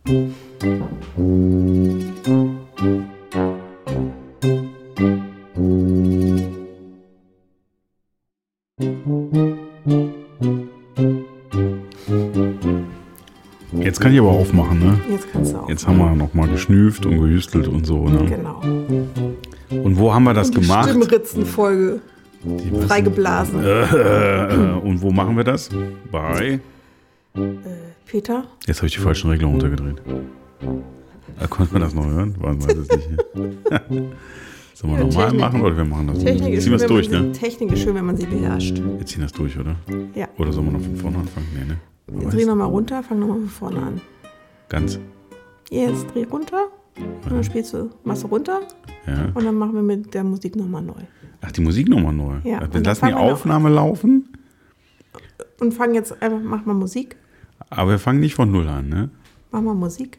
Jetzt kann ich aber aufmachen, ne? Jetzt kannst du aufmachen. Jetzt haben wir nochmal geschnüft und gehüstelt und so, ne? Genau. Und wo haben wir das gemacht? Stimmritzenfolge. Freigeblasen. Und wo machen wir das? Bei? Peter? Jetzt habe ich die falschen Regler runtergedreht. Konnte man das noch hören? Weiß es nicht. Sollen wir nochmal machen oder wir machen das? Technik Ziehen wir es durch, ne? Technik ist schön, wenn man sie beherrscht. Wir ziehen das durch, oder? Ja. Oder sollen wir noch von vorne anfangen? Nee, ne? Jetzt dreh nochmal runter, fang nochmal von vorne an. Ganz. Jetzt dreh runter, und dann machst du runter Ja. und dann machen wir mit der Musik nochmal neu. Ach, die Musik nochmal neu? Ja. Wir lassen die Aufnahme laufen? Und fangen jetzt einfach, mach mal Musik. Aber wir fangen nicht von Null an, ne? Mach mal Musik.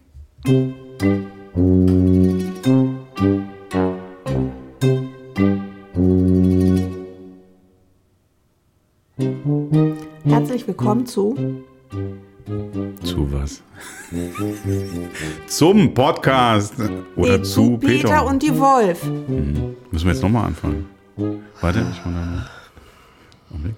Herzlich willkommen zu was? Zum Podcast oder zu Peter und die Wolf. Müssen wir jetzt nochmal anfangen? Warte, ich mache mal. Augenblick.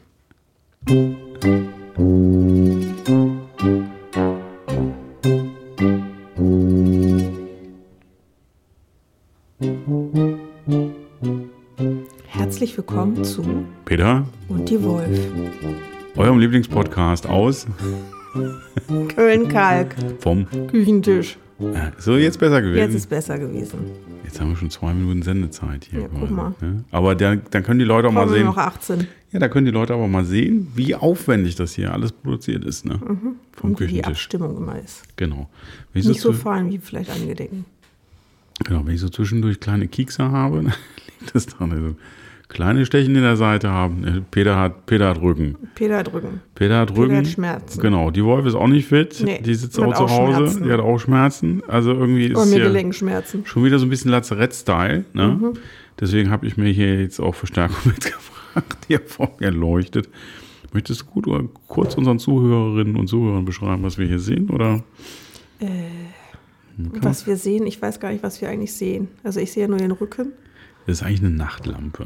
Herzlich willkommen zu Peter und die Wolf. Eurem Lieblingspodcast aus Köln-Kalk. Vom Küchentisch. So, jetzt besser gewesen. Jetzt ist besser gewesen. Jetzt haben wir schon 2 Minuten Sendezeit hier. Ja, guck mal. Ne? Aber dann können die Leute auch mal sehen. Noch 18. Ja, da können die Leute aber mal sehen, wie aufwendig das hier alles produziert ist. Ne? Vom Und wie die Küchentisch. Abstimmung immer ist. Genau. Nicht so fein, wie vielleicht einige denken. Genau, wenn ich so zwischendurch kleine Kiekser habe, dann liegt das daran, also kleine Stechen in der Seite haben. Peter hat Rücken. Peter hat Rücken. Peter hat Schmerzen. Genau, die Wolf ist auch nicht fit. Nee, die sitzt auch zu Hause. Schmerzen. Die hat auch Schmerzen. Also irgendwie ist Und mir hier Gelenkschmerzen. schon wieder so ein bisschen Lazarett-Style. Ne? Deswegen habe ich mir hier jetzt auch Verstärkung mitgebracht, die vor mir leuchtet. Möchtest du kurz unseren Zuhörerinnen und Zuhörern beschreiben, was wir hier sehen? Oder? Was wir sehen, ich weiß gar nicht, was wir eigentlich sehen. Also ich sehe ja nur den Rücken. Das ist eigentlich eine Nachtlampe.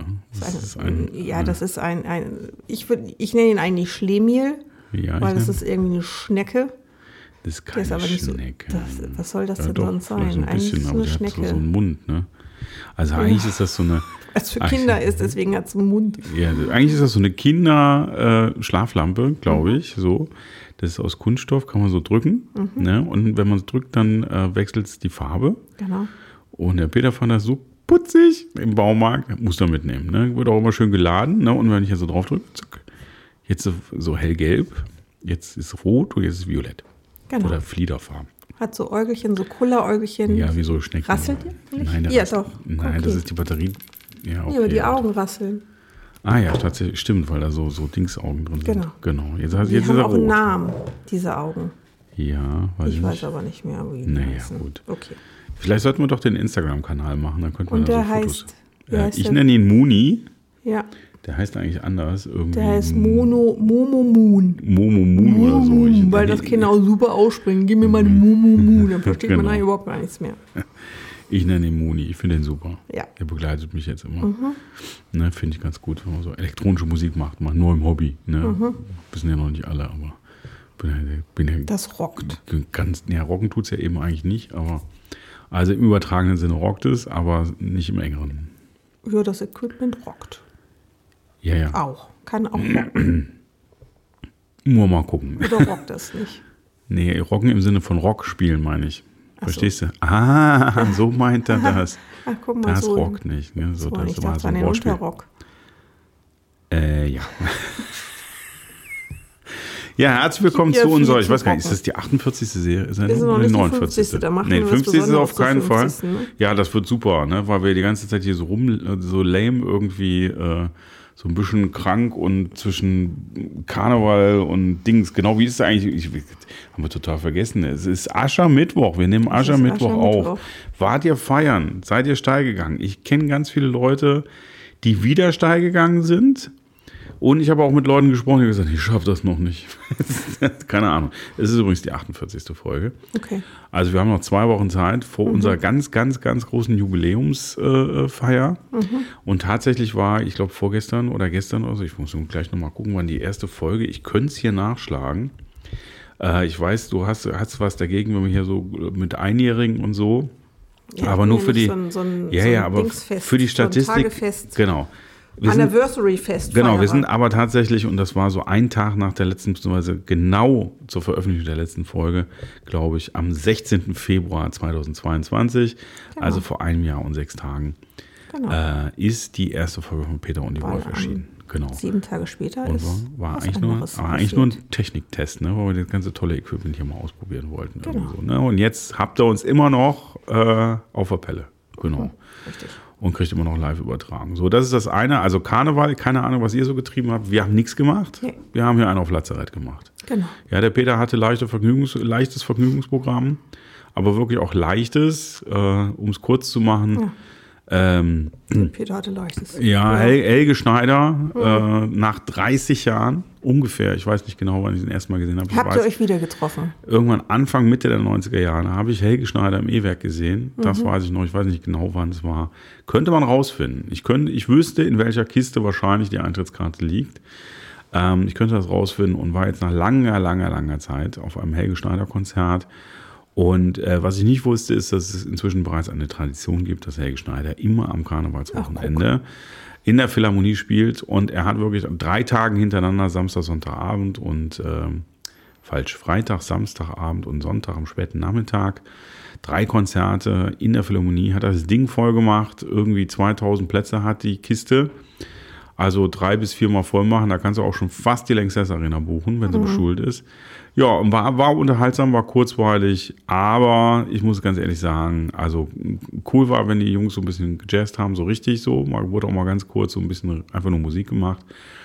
Ich nenne ihn eigentlich Schlemiel, Ja, weil das ist irgendwie eine Schnecke. Das ist keine aber nicht Schnecke. So, was soll das Ja, denn doch, sonst vielleicht sein? so ein Eigentlich bisschen, ist es aber eine die Schnecke. hat so einen Mund, ne? Also eigentlich ist das so eine... Als für Kinder ist, deswegen hat es einen Mund. Ja, eigentlich ist das so eine Kinder-Schlaflampe, glaube ich, so. Das ist aus Kunststoff, kann man so drücken. Ne? Und wenn man es drückt, dann wechselt es die Farbe. Genau. Und der Peter fand das so putzig im Baumarkt, muss er mitnehmen. Ne? Wird auch immer schön geladen. Ne? Und wenn ich jetzt so drauf drücke, zack, jetzt so hellgelb, jetzt ist rot und jetzt ist violett. Genau. Oder Fliederfarben. Hat so Äugelchen, so Kulleräugelchen. Ja, wie so Schnecken. Rasselt die eigentlich? Nein, Ja, doch. Nein, Okay. das ist die Batterie. Ja, okay. Ja, aber die Augen rasseln. Ah ja, tatsächlich, stimmt, weil da so Dingsaugen drin sind. Genau. Jetzt Die ist haben er auch einen rot. Namen, diese Augen. Ja, Ich weiß aber nicht mehr, wie die Naja, heißen. gut. Okay. Vielleicht sollten wir doch den Instagram-Kanal machen, dann könnte man Und da der so Fotos. heißt, wie heißt Ich der? nenne ihn Muni. Ja, Der heißt eigentlich anders. Irgendwie der heißt Momo Moon. Momo Moon oder so. Weil das Kinder auch super aussprechen. Gib mir mal den Momo Moon, dann versteht man Genau. da überhaupt gar nichts mehr. Ich nenne ihn Muni. Ich finde ihn super. Ja. Der begleitet mich jetzt immer. Ne, finde ich ganz gut, wenn man so elektronische Musik macht. Nur im Hobby. Ne? Wissen ja noch nicht alle, aber bin ja Das rockt. ganz. Ja, rocken tut es ja eben eigentlich nicht, aber also im übertragenen Sinne rockt es, aber nicht im engeren. Ja, das Equipment rockt. Ja. Auch. Kann auch rocken. Nur mal gucken. Oder rockt das nicht? Nee, rocken im Sinne von Rock spielen, meine ich. Ach so. Verstehst du? Ah, so meint er das. Ach, guck mal, Das so. rockt nicht. Ne? So, So, ich war dachte so an ein den Wortspiel. Unterrock. Ja. Ja, herzlich willkommen Ja, zu unserer, viel ich weiß gar nicht, zu ist das die 48. Serie? Ist noch nicht die 50. Da machen wir was 50 ist auf Besonderes zur keinen Fall. 50., ne? Ja, das wird super, ne? Weil wir die ganze Zeit hier so so lame irgendwie, so ein bisschen krank und zwischen Karneval und Dings. Genau wie ist es eigentlich? Haben wir total vergessen. Es ist Aschermittwoch. Wir nehmen Aschermittwoch auf. Wart ihr feiern? Seid ihr steil gegangen? Ich kenne ganz viele Leute, die wieder steil gegangen sind. Und ich habe auch mit Leuten gesprochen, die gesagt haben, ich schaffe das noch nicht. Keine Ahnung. Es ist übrigens die 48. Folge. Okay. Also wir haben noch 2 Wochen Zeit vor unserer ganz, ganz, ganz großen Jubiläumsfeier. Und tatsächlich war, ich glaube vorgestern oder gestern, also ich muss gleich nochmal gucken, wann die erste Folge, ich könnte es hier nachschlagen. Ich weiß, du hast was dagegen, wenn wir hier so mit Einjährigen und so. Ja, aber nur für die, aber für die Statistik, so ein Tagefest. genau. Anniversary-Fest. Genau, wir sind aber tatsächlich, und das war so ein Tag nach der letzten, beziehungsweise genau zur Veröffentlichung der letzten Folge, glaube ich, am 16. Februar 2022, also vor einem Jahr und 6 Tagen, ist die erste Folge von Peter und die Wolf erschienen. Genau. 7 Tage später und ist war eigentlich nur ein Techniktest, ne, weil wir das ganze tolle Equipment hier mal ausprobieren wollten. Genau. So, ne? Und jetzt habt ihr uns immer noch auf der Pelle. Genau. Richtig. Und kriegt immer noch live übertragen. So, das ist das eine. Also Karneval, keine Ahnung, was ihr so getrieben habt. Wir haben nichts gemacht. Nee. Wir haben hier einen auf Lazarett gemacht. Genau. Ja, der Peter hatte leichtes Vergnügungsprogramm, aber wirklich auch leichtes, um es kurz zu machen. Ja. Peter hatte leichtes. Ja, Helge Schneider, nach 30 Jahren ungefähr, ich weiß nicht genau, wann ich ihn erstmal gesehen habe. Habt ihr euch wieder getroffen? Irgendwann Anfang, Mitte der 90er Jahre habe ich Helge Schneider im E-Werk gesehen. Das weiß ich noch, ich weiß nicht genau, wann es war. Könnte man rausfinden. Ich wüsste, in welcher Kiste wahrscheinlich die Eintrittskarte liegt. Ich könnte das rausfinden und war jetzt nach langer Zeit auf einem Helge Schneider Konzert. Und was ich nicht wusste, ist, dass es inzwischen bereits eine Tradition gibt, dass Helge Schneider immer am Karnevalswochenende in der Philharmonie spielt. Und er hat wirklich an 3 Tagen hintereinander, Samstag, Sonntagabend und Freitag, Samstagabend und Sonntag am späten Nachmittag, 3 Konzerte in der Philharmonie, hat das Ding voll gemacht. Irgendwie 2000 Plätze hat die Kiste. Also 3 bis 4 Mal voll machen, da kannst du auch schon fast die Lanxess Arena buchen, wenn sie beschult ist. Ja, und war unterhaltsam, war kurzweilig, aber ich muss ganz ehrlich sagen, also cool war, wenn die Jungs so ein bisschen gejazzt haben, so richtig so, wurde auch mal ganz kurz so ein bisschen einfach nur Musik gemacht.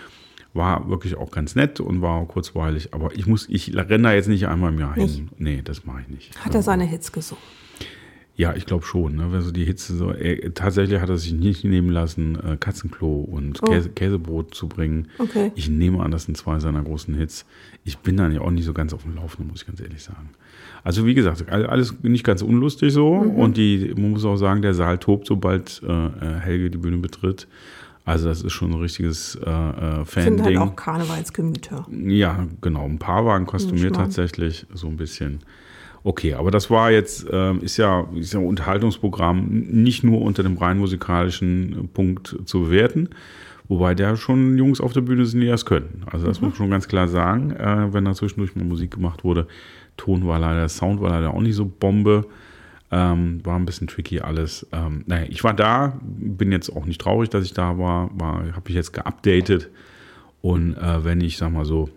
War wirklich auch ganz nett und war auch kurzweilig, aber ich renne da jetzt nicht einmal im Jahr hin. Nee, das mache ich nicht. Hat er seine Hits gesungen? Ja, ich glaube schon. Ne? Also die Hitze so, tatsächlich hat er sich nicht nehmen lassen, Katzenklo und Käsebrot zu bringen. Okay. Ich nehme an, das sind 2 seiner großen Hits. Ich bin dann ja auch nicht so ganz auf dem Laufenden, muss ich ganz ehrlich sagen. Also wie gesagt, alles nicht ganz unlustig so. Und man muss auch sagen, der Saal tobt, sobald Helge die Bühne betritt. Also das ist schon ein richtiges Fan-Ding. Sind halt auch Karnevalsgemüter. Ja, genau. Ein paar waren kostümiert tatsächlich, so ein bisschen. Okay, aber das war jetzt, ist ja ein Unterhaltungsprogramm, nicht nur unter dem rein musikalischen Punkt zu bewerten, wobei da schon Jungs auf der Bühne sind, die das können. Also das muss man schon ganz klar sagen, wenn da zwischendurch mal Musik gemacht wurde. Sound war leider auch nicht so Bombe, war ein bisschen tricky alles. Naja, ich war da, bin jetzt auch nicht traurig, dass ich da war habe ich jetzt geupdatet und wenn ich, sag mal so,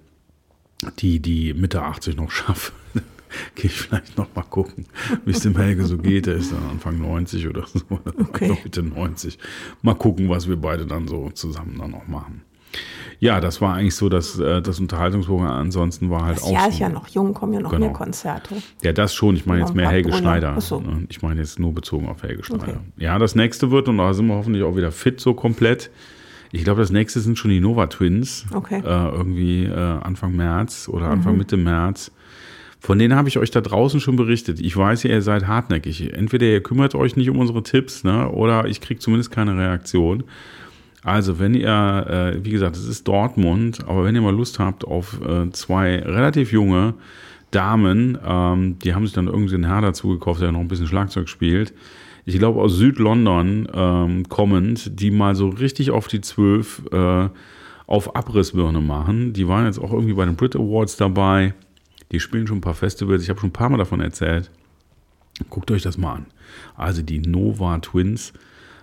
die Mitte 80 noch schaffe, gehe ich vielleicht noch mal gucken, wie es dem Helge so geht. Der ist dann Anfang 90 oder so, okay. Mitte 90. Mal gucken, was wir beide dann so zusammen dann noch machen. Ja, das war eigentlich so das Unterhaltungsprogramm. Ansonsten war halt das auch. Jahr ist ja noch jung, kommen ja noch mehr Konzerte. Ja, das schon. Ich meine jetzt mehr Helge Schneider. Achso. Ich meine jetzt nur bezogen auf Helge Schneider. Okay. Ja, das nächste wird, und da sind wir hoffentlich auch wieder fit so komplett. Ich glaube, das nächste sind schon die Nova Twins. Okay. Irgendwie Anfang März oder Anfang Mitte März. Von denen habe ich euch da draußen schon berichtet. Ich weiß ja, ihr seid hartnäckig. Entweder ihr kümmert euch nicht um unsere Tipps, ne, oder ich kriege zumindest keine Reaktion. Also wenn ihr, wie gesagt, es ist Dortmund, aber wenn ihr mal Lust habt auf 2 relativ junge Damen, die haben sich dann irgendwie einen Herr dazu gekauft, der noch ein bisschen Schlagzeug spielt. Ich glaube aus Südlondon kommend, die mal so richtig auf die 12 auf Abrissbirne machen. Die waren jetzt auch irgendwie bei den Brit Awards dabei. Die spielen schon ein paar Festivals. Ich habe schon ein paar Mal davon erzählt. Guckt euch das mal an. Also die Nova Twins,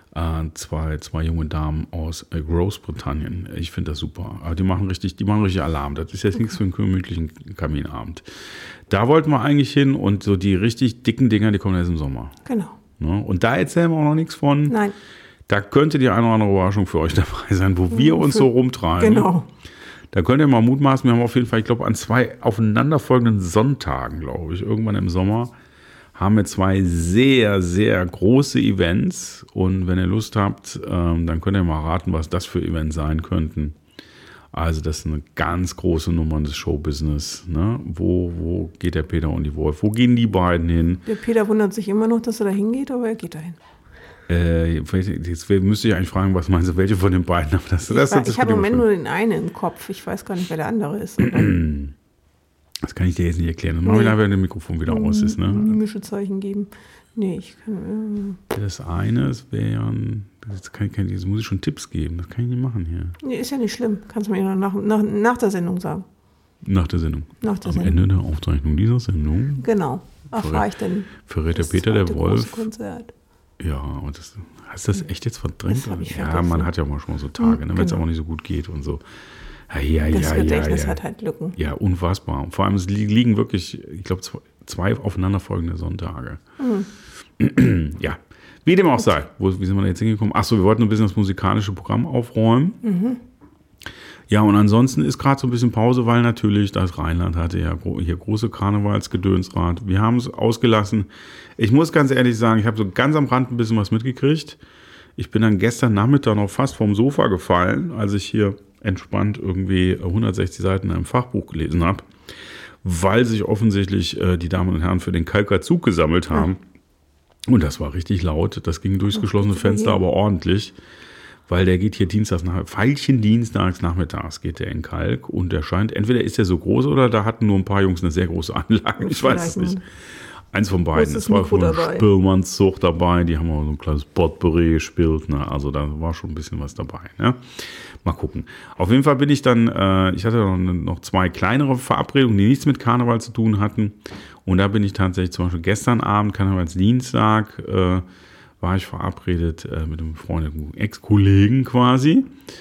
zwei junge Damen aus Großbritannien. Ich finde das super. Aber die machen richtig Alarm. Das ist jetzt nichts für einen gemütlichen Kaminabend. Da wollten wir eigentlich hin und so die richtig dicken Dinger, die kommen erst im Sommer. Genau. Ne? Und da erzählen wir auch noch nichts von. Nein. Da könnte die eine oder andere Überraschung für euch dabei sein, wo wir uns so rumtreiben. Genau. Da könnt ihr mal mutmaßen, wir haben auf jeden Fall, ich glaube, an 2 aufeinanderfolgenden Sonntagen, glaube ich, irgendwann im Sommer, haben wir 2 sehr, sehr große Events. Und wenn ihr Lust habt, dann könnt ihr mal raten, was das für Events sein könnten. Also das ist eine ganz große Nummer des Showbusiness. Ne? Wo geht der Peter und die Wolf? Wo gehen die beiden hin? Der Peter wundert sich immer noch, dass er da hingeht, aber er geht dahin. Jetzt müsste ich eigentlich fragen, was meinst du, welche von den beiden? Aber Ich habe im Moment nur den einen im Kopf. Ich weiß gar nicht, wer der andere ist. Das kann ich dir jetzt nicht erklären. Das machen wir dann, wenn das Mikrofon wieder aus ist. Ne? Mimische Zeichen geben. Nee, ich kann... Das eine, das jetzt muss ich schon Tipps geben. Das kann ich nicht machen hier. Nee, ist ja nicht schlimm. Kannst du mir nach der Sendung sagen. Nach der Sendung. Am Ende der Aufzeichnung dieser Sendung. Genau. Erfahre ich dann verrät der Peter, der Wolf. Konzert. Ja, und hast du das echt jetzt verdrängt? Das hab ich ja, vergessen. man hat ja mal schon mal so Tage, ne, wenn es genau. auch nicht so gut geht und so. Das Gedächtnis hat halt Lücken. Ja, unfassbar. Und vor allem, es liegen wirklich, ich glaube, zwei aufeinanderfolgende Sonntage. Ja, wie dem auch sei. Wie sind wir da jetzt hingekommen? Achso, wir wollten ein bisschen das musikalische Programm aufräumen. Ja, und ansonsten ist gerade so ein bisschen Pause, weil natürlich das Rheinland hatte ja hier große Karnevalsgedönsrad. Wir haben es ausgelassen. Ich muss ganz ehrlich sagen, ich habe so ganz am Rand ein bisschen was mitgekriegt. Ich bin dann gestern Nachmittag noch fast vom Sofa gefallen, als ich hier entspannt irgendwie 160 Seiten in einem Fachbuch gelesen habe, weil sich offensichtlich die Damen und Herren für den Kalker Zug gesammelt haben. Und das war richtig laut. Das ging durchs geschlossene Fenster, aber ordentlich. Weil der geht hier dienstags nachmittags geht der in Kalk und der scheint, entweder ist er so groß oder da hatten nur ein paar Jungs eine sehr große Anlage. Ich weiß es nicht. Eins von beiden. Es war von Spillmannszug dabei, die haben auch so ein kleines Potpourri gespielt. Ne? Also da war schon ein bisschen was dabei. Ne? Mal gucken. Auf jeden Fall bin ich dann, ich hatte noch zwei kleinere Verabredungen, die nichts mit Karneval zu tun hatten. Und da bin ich tatsächlich zum Beispiel gestern Abend, Karnevalsdienstag, war ich verabredet mit einem befreundeten Ex-Kollegen quasi.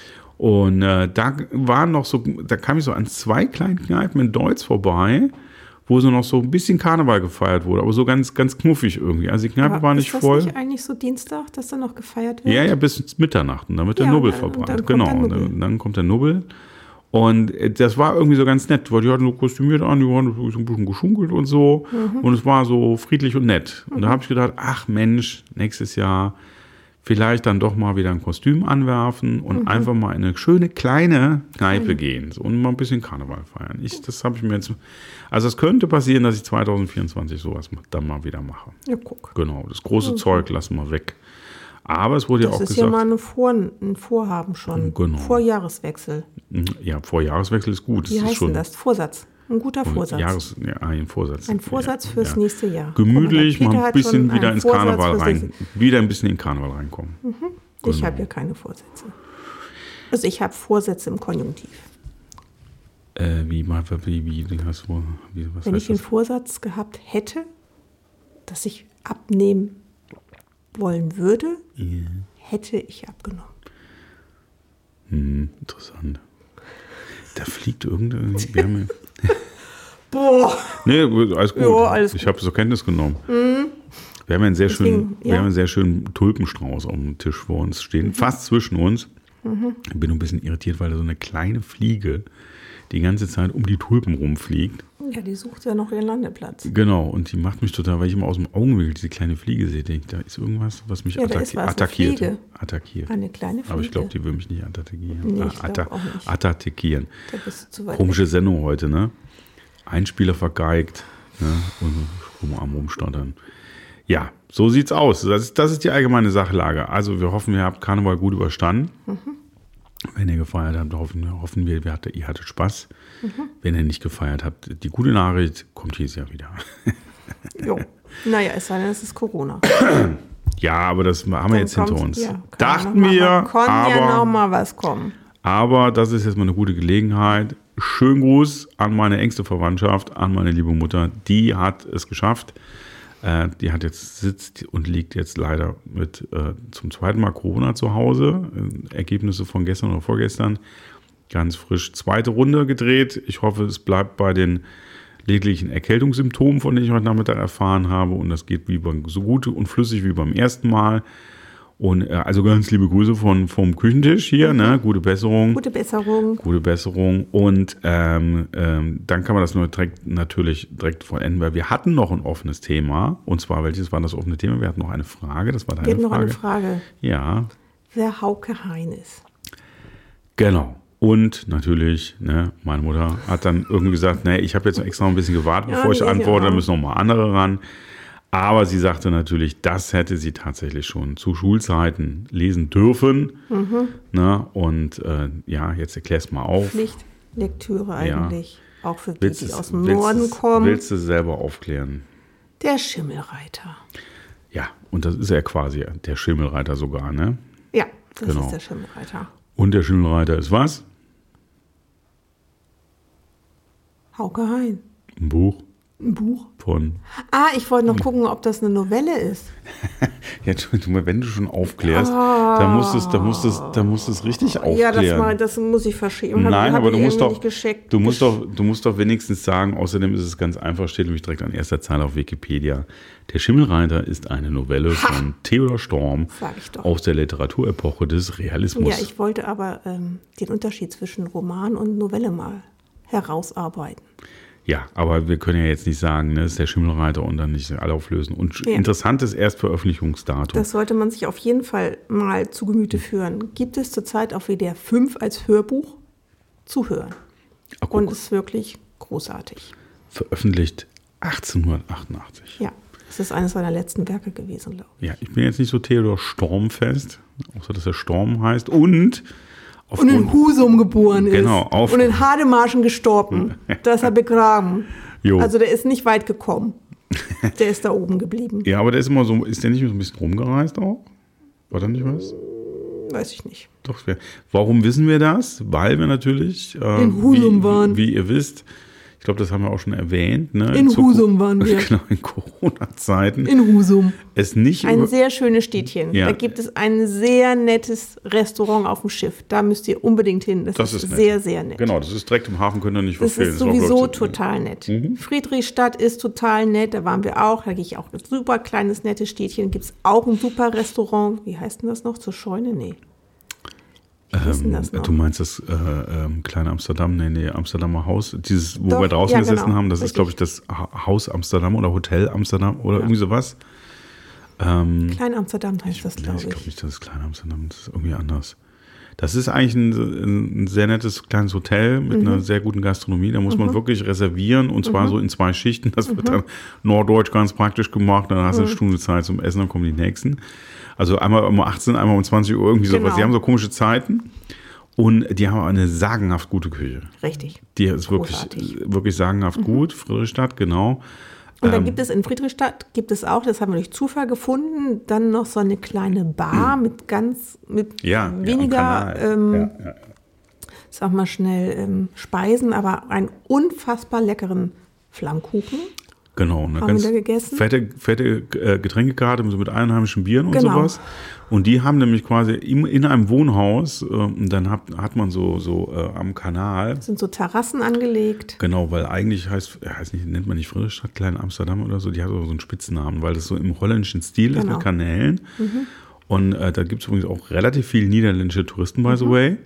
Und da kam ich so an zwei kleinen Kneipen in Deutz vorbei, wo so noch so ein bisschen Karneval gefeiert wurde, aber so ganz, ganz knuffig irgendwie. Also die Kneipe war nicht voll. Ist das nicht eigentlich so Dienstag, dass da noch gefeiert wird? Ja, bis Mitternacht und dann wird der Nubbel verbrannt. Dann kommt der Nubbel. Und das war irgendwie so ganz nett, weil die hatten so kostümiert an, die waren so ein bisschen geschunkelt und so. Und es war so friedlich und nett. Und da habe ich gedacht, ach Mensch, nächstes Jahr vielleicht dann doch mal wieder ein Kostüm anwerfen und einfach mal in eine schöne kleine Kneipe gehen und mal ein bisschen Karneval feiern. Das habe ich mir jetzt... Also es könnte passieren, dass ich 2024 sowas dann mal wieder mache. Ja, guck. Genau, das große Zeug lassen wir weg. Aber es wurde ja auch gesagt... Das ist ja mal ein Vorhaben schon. Genau. Vorjahreswechsel. Ja, Vorjahreswechsel ist gut. Wie heißt denn das? Vorsatz. Ein guter Vorsatz. Ein Vorsatz. Ein Vorsatz fürs nächste Jahr. Gemütlich, mal ein bisschen wieder ins Karneval rein. Wieder ein bisschen in den Karneval reinkommen. Ich habe ja keine Vorsätze. Also ich habe Vorsätze im Konjunktiv. Wie hast du... Wenn ich den Vorsatz gehabt hätte, dass ich abnehmen wollen würde, hätte ich abgenommen. Interessant. Da fliegt irgendein... Boah. Nee, alles gut. Jo, alles gut. Ich habe es zur Kenntnis genommen. Wir haben einen sehr schönen Tulpenstrauß auf dem Tisch vor uns stehen, fast zwischen uns. Ich bin ein bisschen irritiert, weil da so eine kleine Fliege die ganze Zeit um die Tulpen rumfliegt. Ja, die sucht ja noch ihren Landeplatz. Genau, und die macht mich total, weil ich immer aus dem Augenwinkel diese kleine Fliege sehe, denke ich, da ist irgendwas, was mich attackiert. Eine kleine Fliege. Aber ich glaube, die will mich nicht attackieren. Nee, ich glaube auch nicht. Attackieren. Da bist du zu weit Komische Sendung heute, ne? Einspieler vergeigt, ne? Und am Rumstottern. Ja, so sieht's aus. Das ist die allgemeine Sachlage. Also wir hoffen, ihr habt Karneval gut überstanden. Wenn ihr gefeiert habt, hoffen wir, ihr hattet Spaß. Wenn ihr nicht gefeiert habt, die gute Nachricht kommt dieses Jahr wieder. Jo. Naja, es sei denn, es ist Corona. Ja, aber das haben wir jetzt hinter uns. Ja, Dachten wir, kann ja noch mal was kommen. Aber das ist jetzt mal eine gute Gelegenheit. Schönen Gruß an meine engste Verwandtschaft, an meine liebe Mutter. Die hat es geschafft. Die sitzt und liegt jetzt leider mit zum zweiten Mal Corona zu Hause. Ergebnisse von gestern oder vorgestern. Ganz frisch. Zweite Runde gedreht. Ich hoffe, es bleibt bei den lediglichen Erkältungssymptomen, von denen ich heute Nachmittag erfahren habe. Und das geht so gut und flüssig wie beim ersten Mal. Und also ganz liebe Grüße vom Küchentisch hier, ne? Gute Besserung. Gute Besserung. Gute Besserung. Und dann kann man das natürlich direkt vollenden, weil wir hatten noch ein offenes Thema. Und zwar, welches war das offene Thema? Wir hatten noch eine Frage. Das war deine Frage. Noch eine Frage. Ja. Wer Hauke Hein ist. Genau. Und natürlich, ne, meine Mutter hat dann irgendwie gesagt, ne, ich habe jetzt extra noch ein bisschen gewartet, bevor ich antworte, da müssen noch mal andere ran. Aber sie sagte natürlich, das hätte sie tatsächlich schon zu Schulzeiten lesen dürfen. Ne, und jetzt erklär's mal auf. Pflichtlektüre eigentlich, auch für die, die aus dem Norden kommen. Willst du selber aufklären? Der Schimmelreiter. Ja, und das ist ja quasi der Schimmelreiter sogar, ne? Ja, das ist der Schimmelreiter. Und der Schimmelreiter ist was? Hauke Hein. Ein Buch. Ein Buch? Von. Ich wollte noch gucken, ob das eine Novelle ist. Ja, wenn du schon aufklärst, dann musst du es richtig aufklären. Ja, das muss ich verschieben. Nein, aber du musst doch wenigstens sagen, außerdem ist es ganz einfach, steht nämlich direkt an erster Zeile auf Wikipedia. Der Schimmelreiter ist eine Novelle von Theodor Storm aus der Literaturepoche des Realismus. Ja, ich wollte aber den Unterschied zwischen Roman und Novelle mal herausarbeiten. Ja, aber wir können ja jetzt nicht sagen, ne, ist der Schimmelreiter und dann nicht alle auflösen. Und interessantes Erstveröffentlichungsdatum. Das sollte man sich auf jeden Fall mal zu Gemüte führen. Gibt es zurzeit auf WDR 5 als Hörbuch zu hören. Und ist wirklich großartig. Veröffentlicht 1888. Ja, es ist eines seiner letzten Werke gewesen, glaube ich. Ja, ich bin jetzt nicht so Theodor Storm fest, außer dass er Storm heißt. Und in Husum geboren ist. Genau. Und in Hademarschen gestorben. Da ist er begraben. Jo. Also der ist nicht weit gekommen. Der ist da oben geblieben. Ja, aber der ist der nicht so ein bisschen rumgereist auch? War da nicht was? Weiß ich nicht. Doch, warum wissen wir das? Weil wir natürlich in Husum waren. Wie ihr wisst, ich glaube, das haben wir auch schon erwähnt. Ne? In Husum waren wir. Genau, in Corona-Zeiten. In Husum. Ein sehr schönes Städtchen. Ja. Da gibt es ein sehr nettes Restaurant auf dem Schiff. Da müsst ihr unbedingt hin. Das ist sehr, sehr nett. Genau, das ist direkt im Hafen, könnt ihr nicht verfehlen. Das ist sowieso total nett. Friedrichstadt ist total nett, da waren wir auch. Da gehe ich auch ein super kleines, nettes Städtchen. Da gibt es auch ein super Restaurant. Wie heißt denn das noch? Zur Scheune? Nee. Du meinst das kleine Amsterdam? Nee, Amsterdamer Haus. Dieses, wo wir draußen gesessen haben, das ist, glaube ich, das Haus Amsterdam oder Hotel Amsterdam oder irgendwie sowas. Klein Amsterdam heißt das, glaube ich. Ich glaube nicht, das ist Klein Amsterdam, das ist irgendwie anders. Das ist eigentlich ein sehr nettes kleines Hotel mit einer sehr guten Gastronomie. Da muss man wirklich reservieren und zwar so in 2 Schichten. Das wird dann norddeutsch ganz praktisch gemacht. Dann hast du eine Stunde Zeit zum Essen, dann kommen die nächsten. Also einmal um 18, einmal um 20 Uhr irgendwie sowas. Die haben so komische Zeiten und die haben eine sagenhaft gute Küche. Richtig. Die ist wirklich sagenhaft gut. Friedrichstadt, genau. Und dann gibt es in Friedrichstadt, auch, das haben wir durch Zufall gefunden, dann noch so eine kleine Bar mit weniger, sag mal schnell, Speisen, aber einen unfassbar leckeren Flammkuchen. Genau, eine haben ganz wir da gegessen. fette Getränkekarte so mit einheimischen Bieren und sowas. Und die haben nämlich quasi in einem Wohnhaus, und dann hat man so am Kanal. Das sind so Terrassen angelegt. Genau, weil eigentlich nennt man nicht Friedrichstadt, Klein Amsterdam oder so, die hat so einen Spitznamen, weil das so im holländischen Stil ist mit Kanälen. Und da gibt es übrigens auch relativ viele niederländische Touristen, by the way.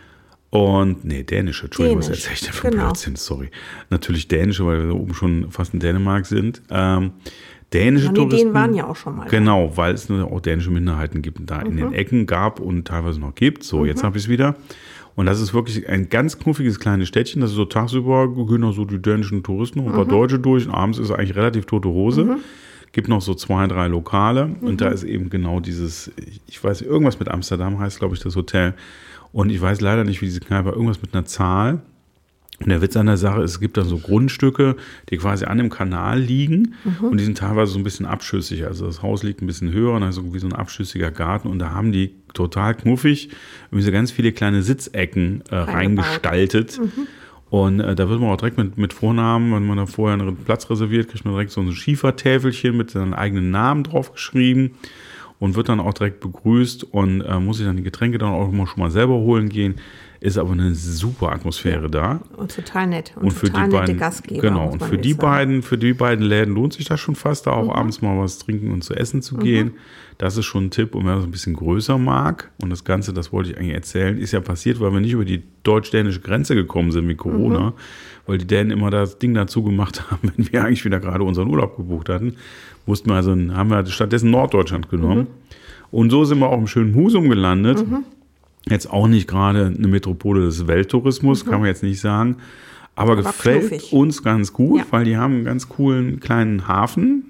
Und, dänische, Entschuldigung, was erzähle ich denn für Blödsinn, sorry. Natürlich dänische, weil wir da oben schon fast in Dänemark sind. Dänische Touristen. Dänen waren ja auch schon mal. Genau, weil es auch dänische Minderheiten gibt und da in den Ecken gab und teilweise noch gibt. So, jetzt habe ich es wieder. Und das ist wirklich ein ganz knuffiges kleines Städtchen. Das ist so tagsüber gehen noch so die dänischen Touristen und ein paar Deutsche durch. Und abends ist es eigentlich relativ tote Hose. Gibt noch so 2, 3 Lokale. Und da ist eben genau dieses, ich weiß, irgendwas mit Amsterdam heißt, glaube ich, das Hotel. Und ich weiß leider nicht, wie diese Kneipe, irgendwas mit einer Zahl. Und der Witz an der Sache ist, es gibt dann so Grundstücke, die quasi an dem Kanal liegen und die sind teilweise so ein bisschen abschüssig. Also das Haus liegt ein bisschen höher und da ist irgendwie so ein abschüssiger Garten und da haben die total knuffig irgendwie so ganz viele kleine Sitzecken reingestaltet. Und da wird man auch direkt mit Vornamen, wenn man da vorher einen Platz reserviert, kriegt man direkt so ein Schiefertäfelchen mit seinem eigenen Namen drauf geschrieben. Und wird dann auch direkt begrüßt und muss sich dann die Getränke dann auch schon mal selber holen gehen. Ist aber eine super Atmosphäre da. Und total nett. Und für total die beiden, nette Gastgeber. Genau, und für die beiden Läden lohnt sich das schon fast, da auch abends mal was trinken und zu essen zu gehen. Das ist schon ein Tipp. Und wer das ein bisschen größer mag, und das Ganze, das wollte ich eigentlich erzählen, ist ja passiert, weil wir nicht über die deutsch-dänische Grenze gekommen sind mit Corona, weil die Dänen immer das Ding dazu gemacht haben, wenn wir eigentlich wieder gerade unseren Urlaub gebucht hatten, haben wir stattdessen Norddeutschland genommen. Und so sind wir auch im schönen Husum gelandet. Jetzt auch nicht gerade eine Metropole des Welttourismus, kann man jetzt nicht sagen. Aber gefällt knuffig. uns ganz gut, Ja. weil die haben einen ganz coolen kleinen Hafen.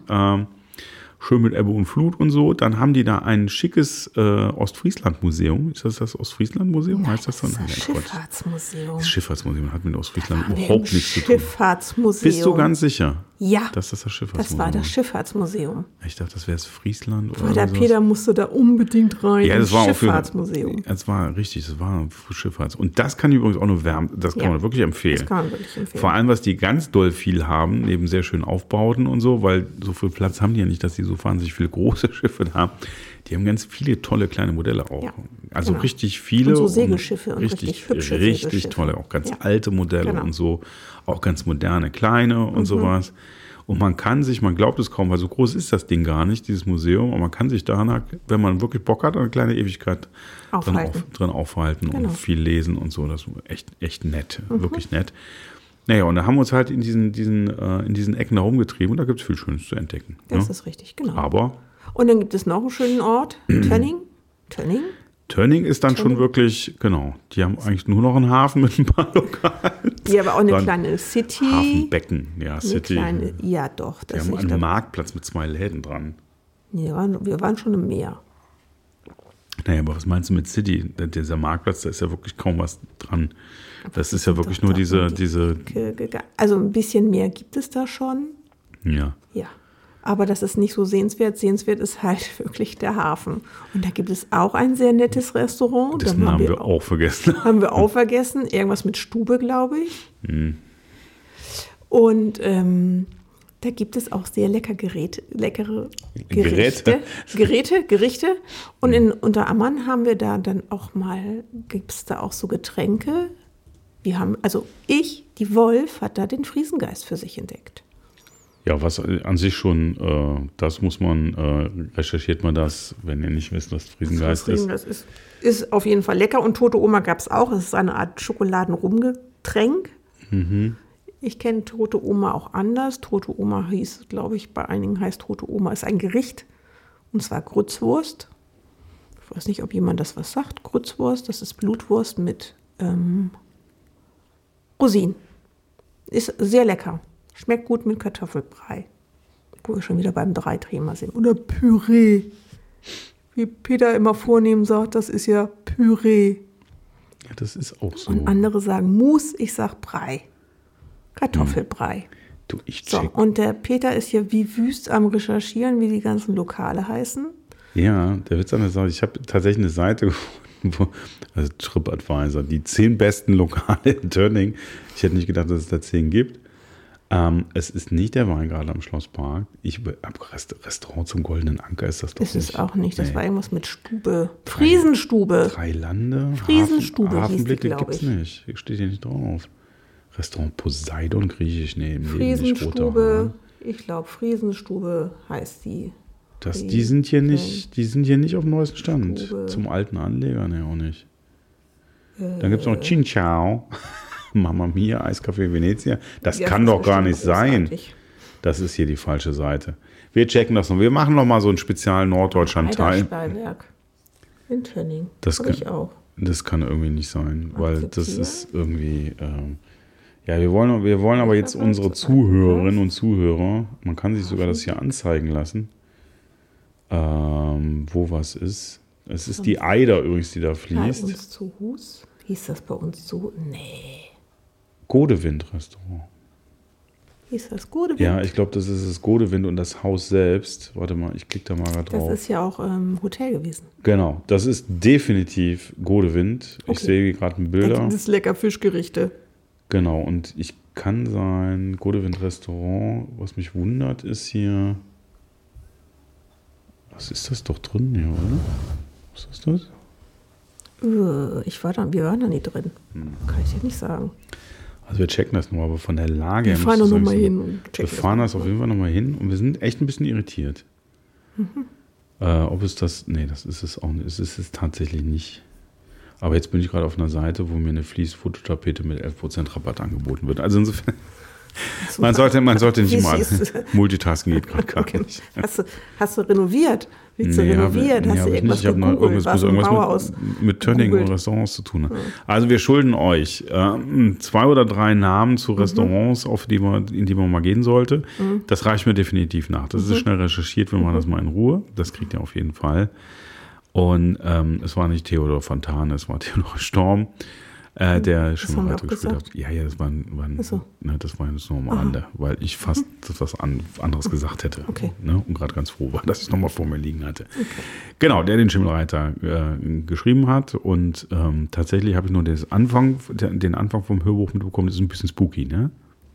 Schön mit Ebbe und Flut und so. Dann haben die da ein schickes Ostfriesland-Museum. Ist das Ostfriesland-Museum? Heißt das dann? Das ist das Nein, Gott. Schifffahrtsmuseum. Das Schifffahrtsmuseum hat mit Ostfriesland Waren wir überhaupt im nichts zu tun. Schifffahrtsmuseum. Bist du ganz sicher? Ja, Dass das das Schifffahrtsmuseum war das Schifffahrtsmuseum. Ich dachte, das wäre das Friesland oder Weil der sowas. Peter musste da unbedingt rein. Ja, das ins war auch Schifffahrtsmuseum. Das war richtig, das war Schifffahrts. Und das kann übrigens auch nur wärmen. Das kann Ja. man wirklich empfehlen. Das kann man wirklich empfehlen. Vor allem, was die ganz doll viel haben, neben sehr schönen Aufbauten und so, weil so viel Platz haben die ja nicht, dass die so wahnsinnig viele große Schiffe da haben. Die haben ganz viele tolle kleine Modelle auch. Ja, Also genau. richtig viele. Und so Segelschiffe und richtig richtig hübsche Richtig Segelschiffe. tolle, auch ganz Ja. alte Modelle Genau. und so. Auch ganz moderne, kleine und sowas. Und man glaubt es kaum, weil so groß ist das Ding gar nicht, dieses Museum, aber man kann sich danach, wenn man wirklich Bock hat, eine kleine Ewigkeit drin aufhalten Genau. und viel lesen und so. Das ist echt nett, wirklich nett. Naja, und da haben wir uns halt in diesen Ecken herumgetrieben und da gibt es viel Schönes zu entdecken. Das ne? ist richtig, genau. Aber Und dann gibt es noch einen schönen Ort, Tönning. Tönning ist dann schon wirklich, genau, die haben eigentlich nur noch einen Hafen mit ein paar Lokalen. Die aber auch eine Dann kleine City. Hafenbecken, ja, Eine City. kleine, ja doch. Die Das haben ist einen Marktplatz mit 2 Läden dran. wir waren schon im Meer. Naja, aber was meinst du mit City? Dieser Marktplatz, da ist ja wirklich kaum was dran. Das ist ja wirklich Doch, nur da diese, und Also ein bisschen mehr gibt es da schon. ja. Ja. Aber das ist nicht so sehenswert. Sehenswert ist halt wirklich der Hafen. Und da gibt es auch ein sehr nettes Restaurant. Das haben wir auch vergessen. Haben wir auch vergessen. Irgendwas mit Stube, glaube ich. Hm. Und da gibt es auch sehr leckere Gerichte. Und in Unterammann haben wir da dann auch mal, gibt es da auch so Getränke. Die Wolf hat da den Friesengeist für sich entdeckt. Ja, was an sich schon, das muss man, recherchiert man das, wenn ihr nicht wisst, was Friesengeist ist. Friesengeist ist auf jeden Fall lecker. Und Tote Oma gab es auch. Es ist eine Art Schokoladenrumgetränk. Ich kenne Tote Oma auch anders. Tote Oma hieß, glaube ich, bei einigen heißt Tote Oma ist ein Gericht. Und zwar Grützwurst. Ich weiß nicht, ob jemand das was sagt. Grützwurst, das ist Blutwurst mit Rosinen. Ist sehr lecker. Schmeckt gut mit Kartoffelbrei. Wo wir schon wieder beim Drei-Thema sind. Oder Püree. Wie Peter immer vornehm sagt, das ist ja Püree. Ja, das ist auch so. Und andere sagen Mousse, ich sag Brei. Kartoffelbrei. Du, ich So, check. und der Peter ist hier wie wüst am Recherchieren, wie die ganzen Lokale heißen. Ja, der Witz an der Sache, ich habe tatsächlich eine Seite gefunden, also TripAdvisor, die 10 besten Lokale in Tönning. Ich hätte nicht gedacht, dass es da 10 gibt. Es ist nicht der Weingarten am Schlosspark. Restaurant zum Goldenen Anker ist das doch Ist es auch nicht. Das Nee. war irgendwas mit Stube. Friesenstube. 3 Lande? Friesenstube hieß die, Hafenblicke glaub gibt's ich. nicht. Hier steht hier nicht drauf. Restaurant Poseidon, griechisch, nee, im Leben nicht. Roter Friesenstube. Hahn. Ich glaube, Friesenstube heißt die. Die sind hier nicht auf dem neuesten Stand. Stube. Zum alten Anleger, ne, auch nicht. Dann gibt es noch Chin Ciao. Mamma Mia, Eiscafé Venezia. Das Ja, kann das doch ist gar bestimmt nicht sein. großartig. Das ist hier die falsche Seite. Wir checken das noch. Wir machen noch mal so einen spezial Norddeutschland-Teil. Heidersteinberg. In Tönning. Das Hab kann- ich auch. Das kann irgendwie nicht sein, weil das Akzeptieren? ist irgendwie. Ja, wir wollen aber jetzt aber unsere zu Zuhörerinnen und Zuhörer, man kann sich sogar das hier anzeigen lassen, wo was ist. Es ist die Eider übrigens, die da Bei fließt. uns zu Hus. Hieß das bei uns zu? Nee. Godewind-Restaurant. Hieß das Gute? Ja, ich glaube, das ist das Godewind und das Haus selbst. Warte mal, ich klicke da mal gerade Das drauf. ist ja auch Hotel gewesen. Genau, das ist definitiv Godewind. Ich Okay. sehe gerade Da Bilder. gibt es lecker Fischgerichte. Genau, und ich kann sein Godewind-Restaurant, was mich wundert, ist hier. Was ist das doch drin hier, oder? Was ist das? Wir waren da nie drin. Hm. Kann ich dir nicht sagen. Also wir checken das nur, aber von der Lage Wir her fahren da müsste ich nochmal sagen, hin und Wir checken fahren das das auf jeden Fall nochmal hin und wir sind echt ein bisschen irritiert. Ob es das. Nee, das ist es auch nicht. Es ist es tatsächlich nicht. Aber jetzt bin ich gerade auf einer Seite, wo mir eine Fließfototapete mit 11% Rabatt angeboten wird. Also insofern. Man sollte nicht mal. Multitasking geht gerade gar nicht. Hast du renoviert? Hast du irgendwas gegoogelt? Was irgendwas mit Tönning und Restaurants zu tun hat. Also wir schulden euch 2 oder 3 Namen zu Restaurants, in die man mal gehen sollte. Das reicht mir definitiv nach. Das ist schnell recherchiert, wir machen das mal in Ruhe. Das kriegt ihr auf jeden Fall. Und es war nicht Theodor Fontane, es war Theodor Storm. Der Schimmelreiter gespielt hat. Ja, das war jetzt nur am Rande, weil ich fast was anderes gesagt hätte. Okay. Ne? Und gerade ganz froh war, dass ich es nochmal vor mir liegen hatte. Okay. Genau, der den Schimmelreiter geschrieben hat. Und tatsächlich habe ich nur den Anfang vom Hörbuch mitbekommen. Das ist ein bisschen spooky, ne?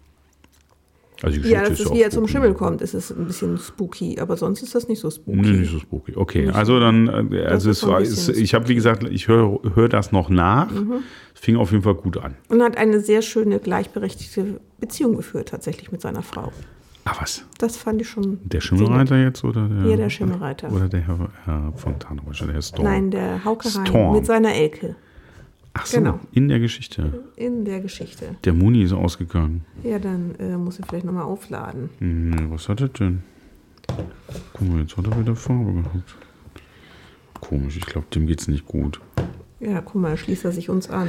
Also das ist, wie er zum Schimmel kommt, ist es ein bisschen spooky, aber sonst ist das nicht so spooky. Nee, nicht so spooky. Okay, also dann, ich habe, wie gesagt, ich höre das noch nach. Es fing auf jeden Fall gut an. Und hat eine sehr schöne, gleichberechtigte Beziehung geführt, tatsächlich mit seiner Frau. Ach was? Das fand ich schon. Der Schimmelreiter jetzt? Oder der Schimmelreiter. Oder der Herr Fontane, der Herr Storm? Nein, der Hauke Hein mit seiner Elke. Ach so, genau. In der Geschichte. In der Geschichte. Der Muni ist ausgegangen. Ja, dann muss er vielleicht nochmal aufladen. Nee, was hat er denn? Guck mal, jetzt hat er wieder Farbe gehabt. Komisch, ich glaube, dem geht's nicht gut. Ja, guck mal, schließt er sich uns an.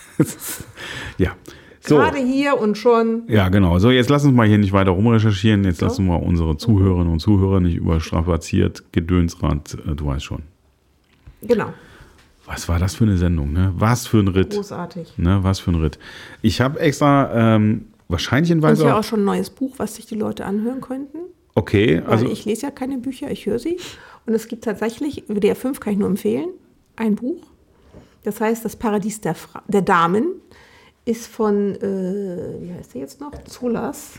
Ja. So. Gerade hier und schon. Ja, genau. So, jetzt lass uns mal hier nicht weiter rumrecherchieren. Jetzt lassen wir unsere Zuhörerinnen und Zuhörer nicht überstrapaziert, Gedönsrad, du weißt schon. Genau. Was war das für eine Sendung, ne? Was für ein Ritt. Großartig. Ne? Was für ein Ritt. Ich habe extra wahrscheinlich in Weise. Und ja auch schon ein neues Buch, was sich die Leute anhören könnten. Okay. Also ich lese ja keine Bücher, ich höre sie. Und es gibt tatsächlich, WDR 5 kann ich nur empfehlen, ein Buch. Das heißt, das Paradies der Damen ist von, wie heißt der jetzt noch? Zolas.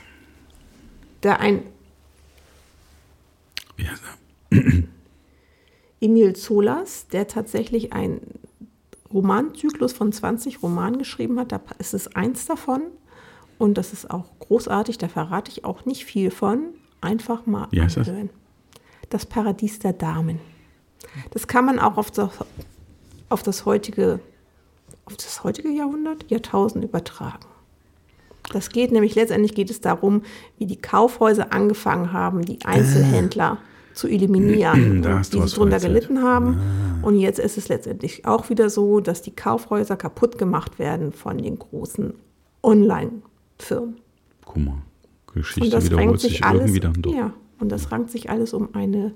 Wie heißt er? Emil Zolas, der tatsächlich einen Romanzyklus von 20 Romanen geschrieben hat. Da ist es eins davon. Und das ist auch großartig. Da verrate ich auch nicht viel von. Einfach mal anhören. Das Paradies der Damen. Das kann man auch auf das heutige Jahrtausend übertragen. Das geht nämlich, letztendlich geht es darum, wie die Kaufhäuser angefangen haben, die Einzelhändler zu eliminieren, die drunter gelitten haben. Und jetzt ist es letztendlich auch wieder so, dass die Kaufhäuser kaputt gemacht werden von den großen Online-Firmen. Guck mal, Geschichte wiederholt sich irgendwie dann doch. Ja, und das rankt sich alles um eine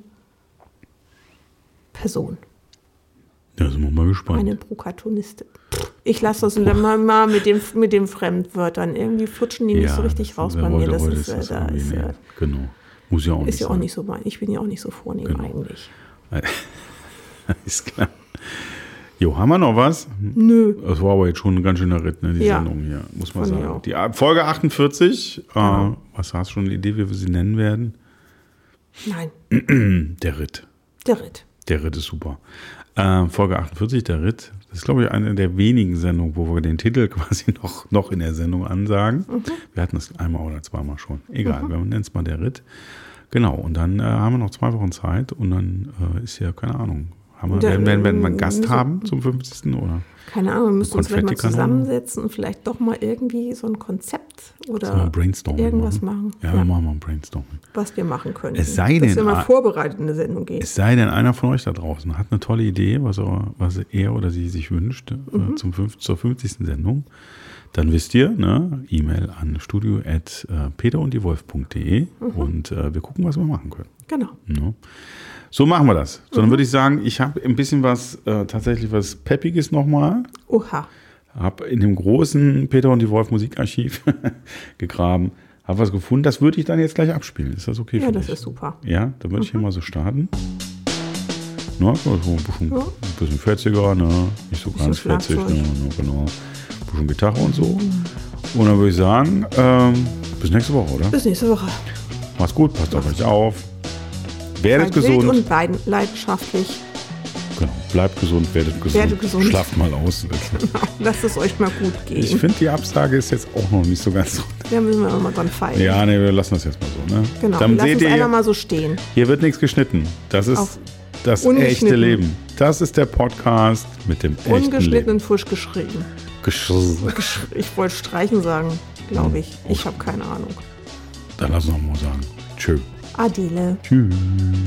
Person. Da sind wir mal gespannt. Eine Prokartonistin. Ich lasse das dann mal mit den Fremdwörtern. Irgendwie flutschen die nicht so richtig raus bei mir. Genau. Muss ja auch nicht sein. Ist ja auch nicht so mein. Ich bin ja auch nicht so vornehm eigentlich. Ist klar. Jo, haben wir noch was? Nö. Das war aber jetzt schon ein ganz schöner Ritt, ne, die Sendung hier, muss man sagen. Die Folge 48, was hast du schon eine Idee, wie wir sie nennen werden? Nein. Der Ritt. Der Ritt ist super. Folge 48, der Ritt. Das ist, glaube ich, eine der wenigen Sendungen, wo wir den Titel quasi noch in der Sendung ansagen. Wir hatten das einmal oder zweimal schon. Egal, wir nennen es mal der Ritt. Genau, und dann haben wir noch 2 Wochen Zeit und dann ist ja, keine Ahnung, werden wir einen Gast haben zum 50. oder? Keine Ahnung, wir müssen uns vielleicht mal zusammensetzen und vielleicht doch mal irgendwie so ein Konzept oder irgendwas machen. Ja, wir machen mal ein Brainstorming. Was wir machen können. Es sei denn, dass wir mal vorbereitet in eine Sendung gehen. Es sei denn, einer von euch da draußen hat eine tolle Idee, was er oder sie sich wünscht zur 50. Sendung. Dann wisst ihr, ne, E-Mail an studio@peterunddiewolf.de und wir gucken, was wir machen können. Genau. Ja. So machen wir das. So, dann würde ich sagen, ich habe ein bisschen tatsächlich was Peppiges nochmal. Oha. Habe in dem großen Peter und die Wolf Musikarchiv gegraben. Habe was gefunden, das würde ich dann jetzt gleich abspielen. Ist das okay für dich? Ja, das ist super. Ja, dann würde ich hier mal so starten. Na, so ein bisschen fetziger, ne? Nicht so ganz fetzig, ne? Genau. Ein bisschen Gitarre und so. Und dann würde ich sagen, bis nächste Woche, oder? Bis nächste Woche. Macht's gut, passt auf euch auf. Werdet gesund. Und leidenschaftlich. Genau, bleibt gesund, werdet gesund. Schlaft mal aus. Genau, lasst es euch mal gut gehen. Ich finde, die Absage ist jetzt auch noch nicht so ganz so. Da müssen wir mal dran feilen. Ja, ne, wir lassen das jetzt mal so. Ne? Genau, lass uns einfach mal so stehen. Hier wird nichts geschnitten. Das ist das echte Leben. Das ist der Podcast mit dem echten Leben. Ungeschnitten und frisch geschrieben. Ich wollte streichen sagen. glaube ich. Ich habe keine Ahnung. Dann lass uns noch mal sagen. Tschö. Adele. Tschüss.